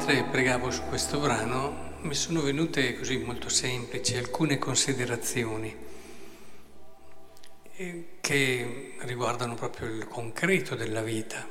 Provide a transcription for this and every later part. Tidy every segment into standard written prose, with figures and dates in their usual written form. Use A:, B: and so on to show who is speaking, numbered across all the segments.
A: mentre pregavo su questo brano mi sono venute così molto semplici alcune considerazioni che riguardano proprio il concreto della vita.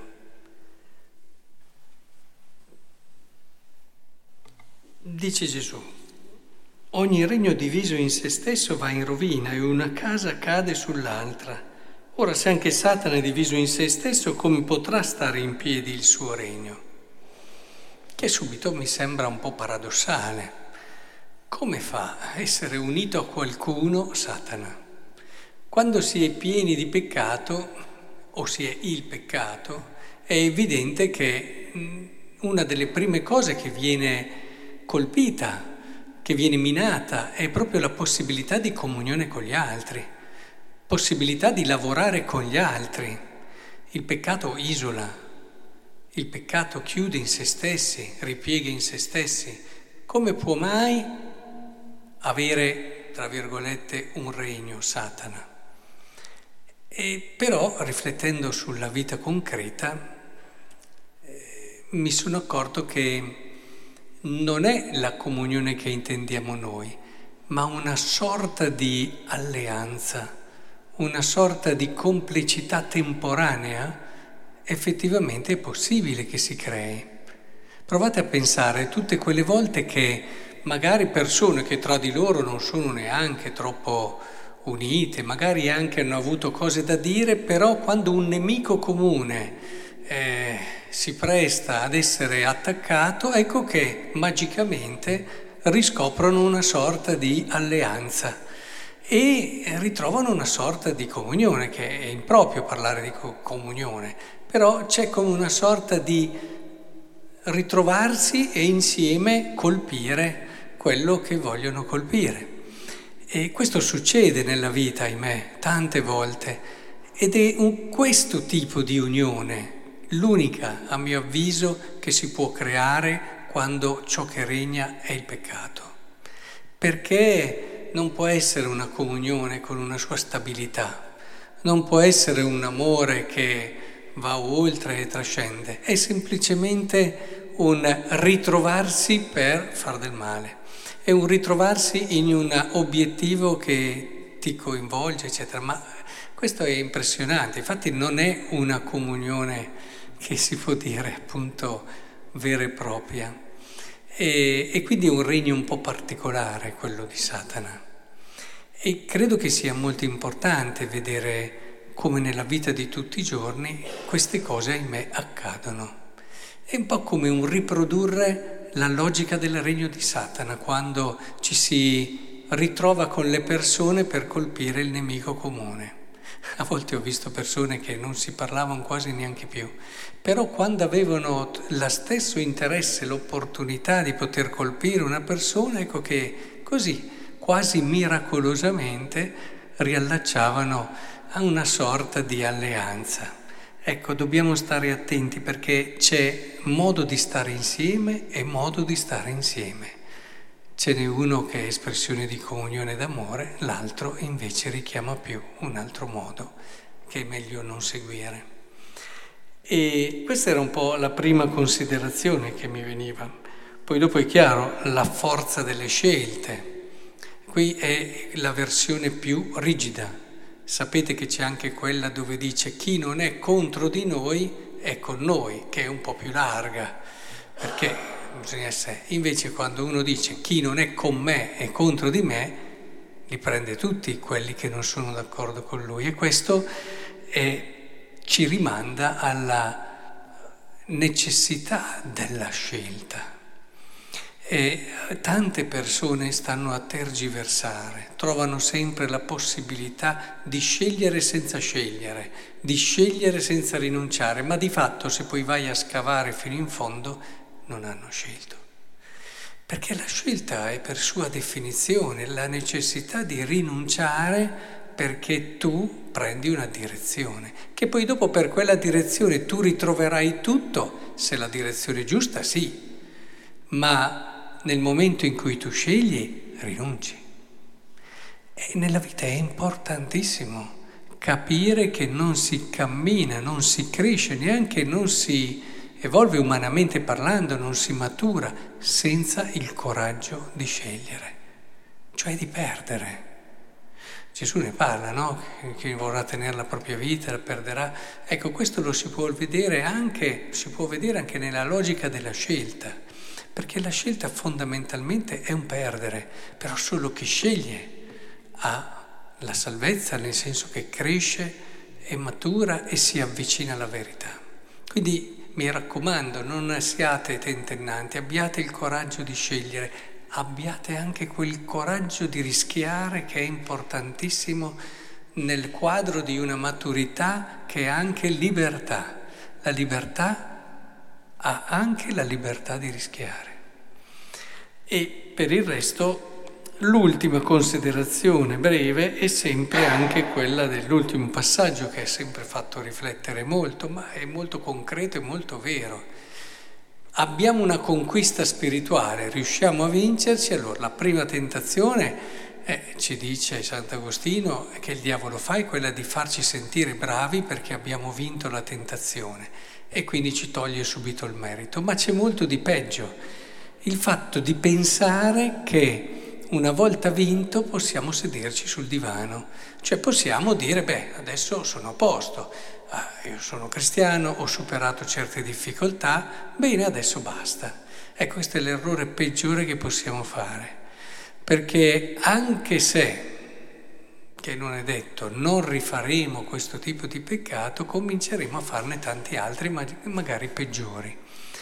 A: Dice Gesù: ogni regno diviso in se stesso va in rovina e una casa cade sull'altra. Ora, se anche Satana è diviso in se stesso, come potrà stare in piedi il suo regno? Che subito mi sembra un po' paradossale. Come fa a essere unito a qualcuno Satana? Quando si è pieni di peccato, o si è il peccato, è evidente che una delle prime cose che viene colpita, che viene minata, è proprio la possibilità di comunione con gli altri, possibilità di lavorare con gli altri. Il peccato isola, il peccato chiude in se stessi, ripiega in se stessi. Come può mai avere, tra virgolette, un regno Satana? E però, riflettendo sulla vita concreta, mi sono accorto che non è la comunione che intendiamo noi, ma una sorta di alleanza, una sorta di complicità temporanea. Effettivamente è possibile che si crei. Provate a pensare tutte quelle volte che magari persone che tra di loro non sono neanche troppo unite, magari anche hanno avuto cose da dire, però quando un nemico comune si presta ad essere attaccato, ecco che magicamente riscoprono una sorta di alleanza e ritrovano una sorta di comunione, che è improprio parlare di comunione, però c'è come una sorta di ritrovarsi e insieme colpire quello che vogliono colpire. E questo succede nella vita, ahimè, tante volte, ed è questo tipo di unione, l'unica, a mio avviso, che si può creare quando ciò che regna è il peccato. Perché non può essere una comunione con una sua stabilità, non può essere un amore che va oltre e trascende, è semplicemente un ritrovarsi per far del male, è un ritrovarsi in un obiettivo che ti coinvolge, eccetera. Ma questo è impressionante, infatti non è una comunione che si può dire appunto vera e propria. E quindi è un regno un po' particolare quello di Satana. E credo che sia molto importante vedere come nella vita di tutti i giorni queste cose, ahimè, accadono. È un po' come un riprodurre la logica del regno di Satana, quando ci si ritrova con le persone per colpire il nemico comune. A volte ho visto persone che non si parlavano quasi neanche più, però quando avevano lo stesso interesse, l'opportunità di poter colpire una persona, ecco che così, quasi miracolosamente, riallacciavano a una sorta di alleanza. Ecco, dobbiamo stare attenti perché c'è modo di stare insieme e modo di stare insieme. Ce n'è uno che è espressione di comunione d'amore, l'altro invece richiama più un altro modo che è meglio non seguire. E questa era un po' la prima considerazione che mi veniva. Poi dopo è chiaro, la forza delle scelte. Qui è la versione più rigida. Sapete che c'è anche quella dove dice chi non è contro di noi è con noi, che è un po' più larga, perché bisogna essere. Invece quando uno dice chi non è con me è contro di me, li prende tutti quelli che non sono d'accordo con lui, e questo ci rimanda alla necessità della scelta. E tante persone stanno a tergiversare, trovano sempre la possibilità di scegliere senza scegliere, di scegliere senza rinunciare, ma di fatto se poi vai a scavare fino in fondo non hanno scelto. Perché la scelta è per sua definizione la necessità di rinunciare perché tu prendi una direzione, che poi dopo per quella direzione tu ritroverai tutto, se la direzione è giusta sì, ma nel momento in cui tu scegli, rinunci. E nella vita è importantissimo capire che non si cammina, non si cresce, neanche non si evolve umanamente parlando, non si matura senza il coraggio di scegliere, cioè di perdere. Gesù ne parla, no? Chi vorrà tenere la propria vita la perderà. Ecco, questo lo si può vedere anche nella logica della scelta, perché la scelta fondamentalmente è un perdere, però solo chi sceglie ha la salvezza, nel senso che cresce e matura e si avvicina alla verità. Quindi mi raccomando, non siate tentennanti, abbiate il coraggio di scegliere, abbiate anche quel coraggio di rischiare che è importantissimo nel quadro di una maturità che è anche libertà. La libertà ha anche la libertà di rischiare. E per il resto l'ultima considerazione breve è sempre anche quella dell'ultimo passaggio, che ha sempre fatto riflettere molto, ma è molto concreto e molto vero. Abbiamo una conquista spirituale, riusciamo a vincerci, allora la prima tentazione, ci dice Sant'Agostino, che il diavolo fa è quella di farci sentire bravi perché abbiamo vinto la tentazione e quindi ci toglie subito il merito. Ma c'è molto di peggio, il fatto di pensare che una volta vinto possiamo sederci sul divano, cioè possiamo dire, adesso sono a posto, io sono cristiano, ho superato certe difficoltà, bene, adesso basta. Ecco, questo è l'errore peggiore che possiamo fare, perché anche se, che non è detto, non rifaremo questo tipo di peccato, cominceremo a farne tanti altri, magari peggiori.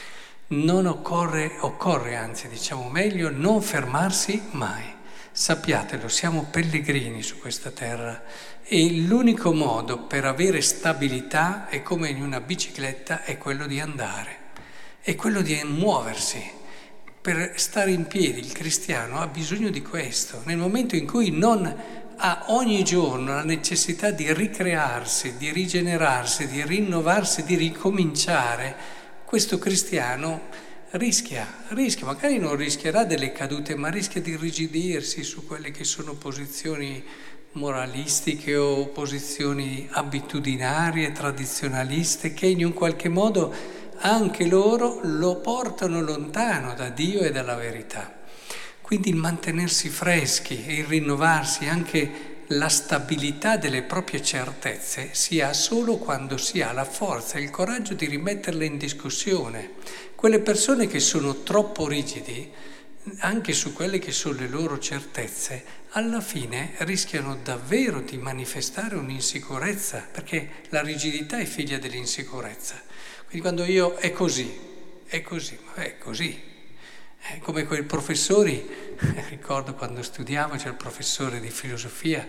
A: Occorre anzi, diciamo meglio, non fermarsi mai. Sappiatelo, siamo pellegrini su questa terra e l'unico modo per avere stabilità è come in una bicicletta, è quello di andare, è quello di muoversi. Per stare in piedi il cristiano ha bisogno di questo. Nel momento in cui non ha ogni giorno la necessità di ricrearsi, di rigenerarsi, di rinnovarsi, di ricominciare, questo cristiano rischia, magari non rischierà delle cadute, ma rischia di irrigidirsi su quelle che sono posizioni moralistiche o posizioni abitudinarie, tradizionaliste, che in un qualche modo anche loro lo portano lontano da Dio e dalla verità. Quindi il mantenersi freschi e il rinnovarsi, anche la stabilità delle proprie certezze, si ha solo quando si ha la forza e il coraggio di rimetterle in discussione. Quelle persone che sono troppo rigidi, anche su quelle che sono le loro certezze, alla fine rischiano davvero di manifestare un'insicurezza, perché la rigidità è figlia dell'insicurezza. Quindi quando io è così, è così. Come quei professori, ricordo quando studiavo, c'era il professore di filosofia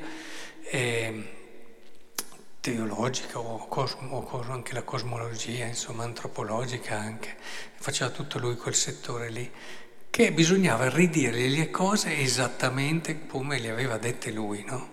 A: teologica o anche la cosmologia, insomma antropologica anche, faceva tutto lui quel settore lì, che bisognava ridire le cose esattamente come le aveva dette lui, no?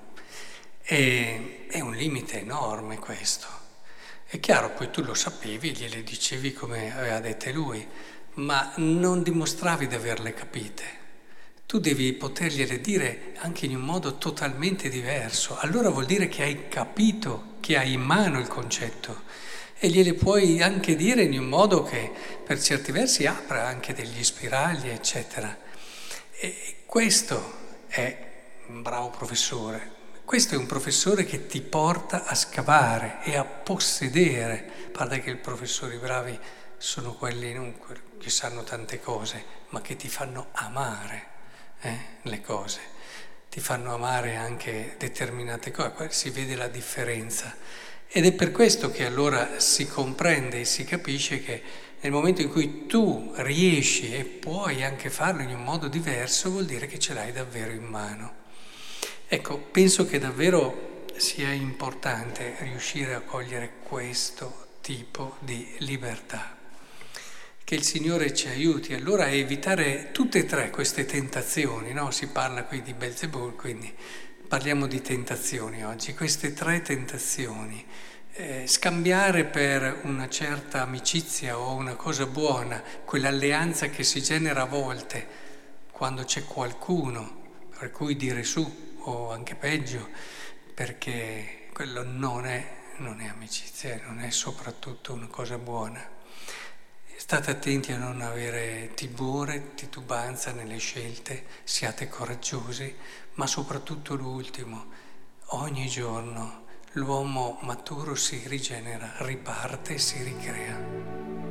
A: È un limite enorme questo. È chiaro, poi tu lo sapevi, gliele dicevi come aveva dette lui, ma non dimostravi di averle capite. Tu devi potergliele dire anche in un modo totalmente diverso. Allora vuol dire che hai capito, che hai in mano il concetto e gliele puoi anche dire in un modo che per certi versi apra anche degli spiragli, eccetera. E questo è un bravo professore. Questo è un professore che ti porta a scavare e a possedere. A parte che i professori bravi sono quelli che sanno tante cose, ma che ti fanno amare le cose, ti fanno amare anche determinate cose, si vede la differenza. Ed è per questo che allora si comprende e si capisce che nel momento in cui tu riesci e puoi anche farlo in un modo diverso, vuol dire che ce l'hai davvero in mano. Ecco, penso che davvero sia importante riuscire a cogliere questo tipo di libertà. Che il Signore ci aiuti allora a evitare tutte e tre queste tentazioni, no? Si parla qui di Belzebù, quindi parliamo di tentazioni oggi, queste tre tentazioni. Scambiare per una certa amicizia o una cosa buona, quell'alleanza che si genera a volte quando c'è qualcuno per cui dire su, o anche peggio, perché quello non è amicizia, non è soprattutto una cosa buona. State attenti a non avere timore, titubanza nelle scelte, siate coraggiosi, ma soprattutto l'ultimo, ogni giorno l'uomo maturo si rigenera, riparte e si ricrea.